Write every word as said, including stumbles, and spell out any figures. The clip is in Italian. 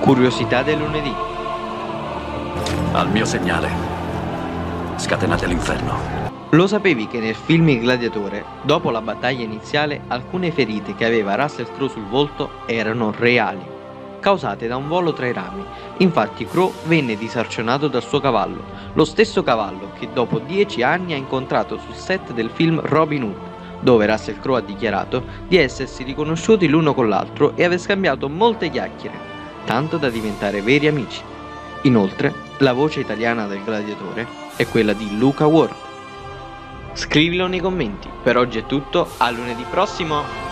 Curiosità del lunedì. Al mio segnale, scatenate l'inferno. Lo sapevi che nel film Il Gladiatore, dopo la battaglia iniziale, alcune ferite che aveva Russell Crowe sul volto erano reali, causate da un volo tra i rami. Infatti Crowe venne disarcionato dal suo cavallo, lo stesso cavallo che dopo dieci anni ha incontrato sul set del film Robin Hood, dove Russell Crowe ha dichiarato di essersi riconosciuti l'uno con l'altro e aver scambiato molte chiacchiere, tanto da diventare veri amici. Inoltre, la voce italiana del gladiatore è quella di Luca Ward. Scrivilo nei commenti. Per oggi è tutto, a lunedì prossimo!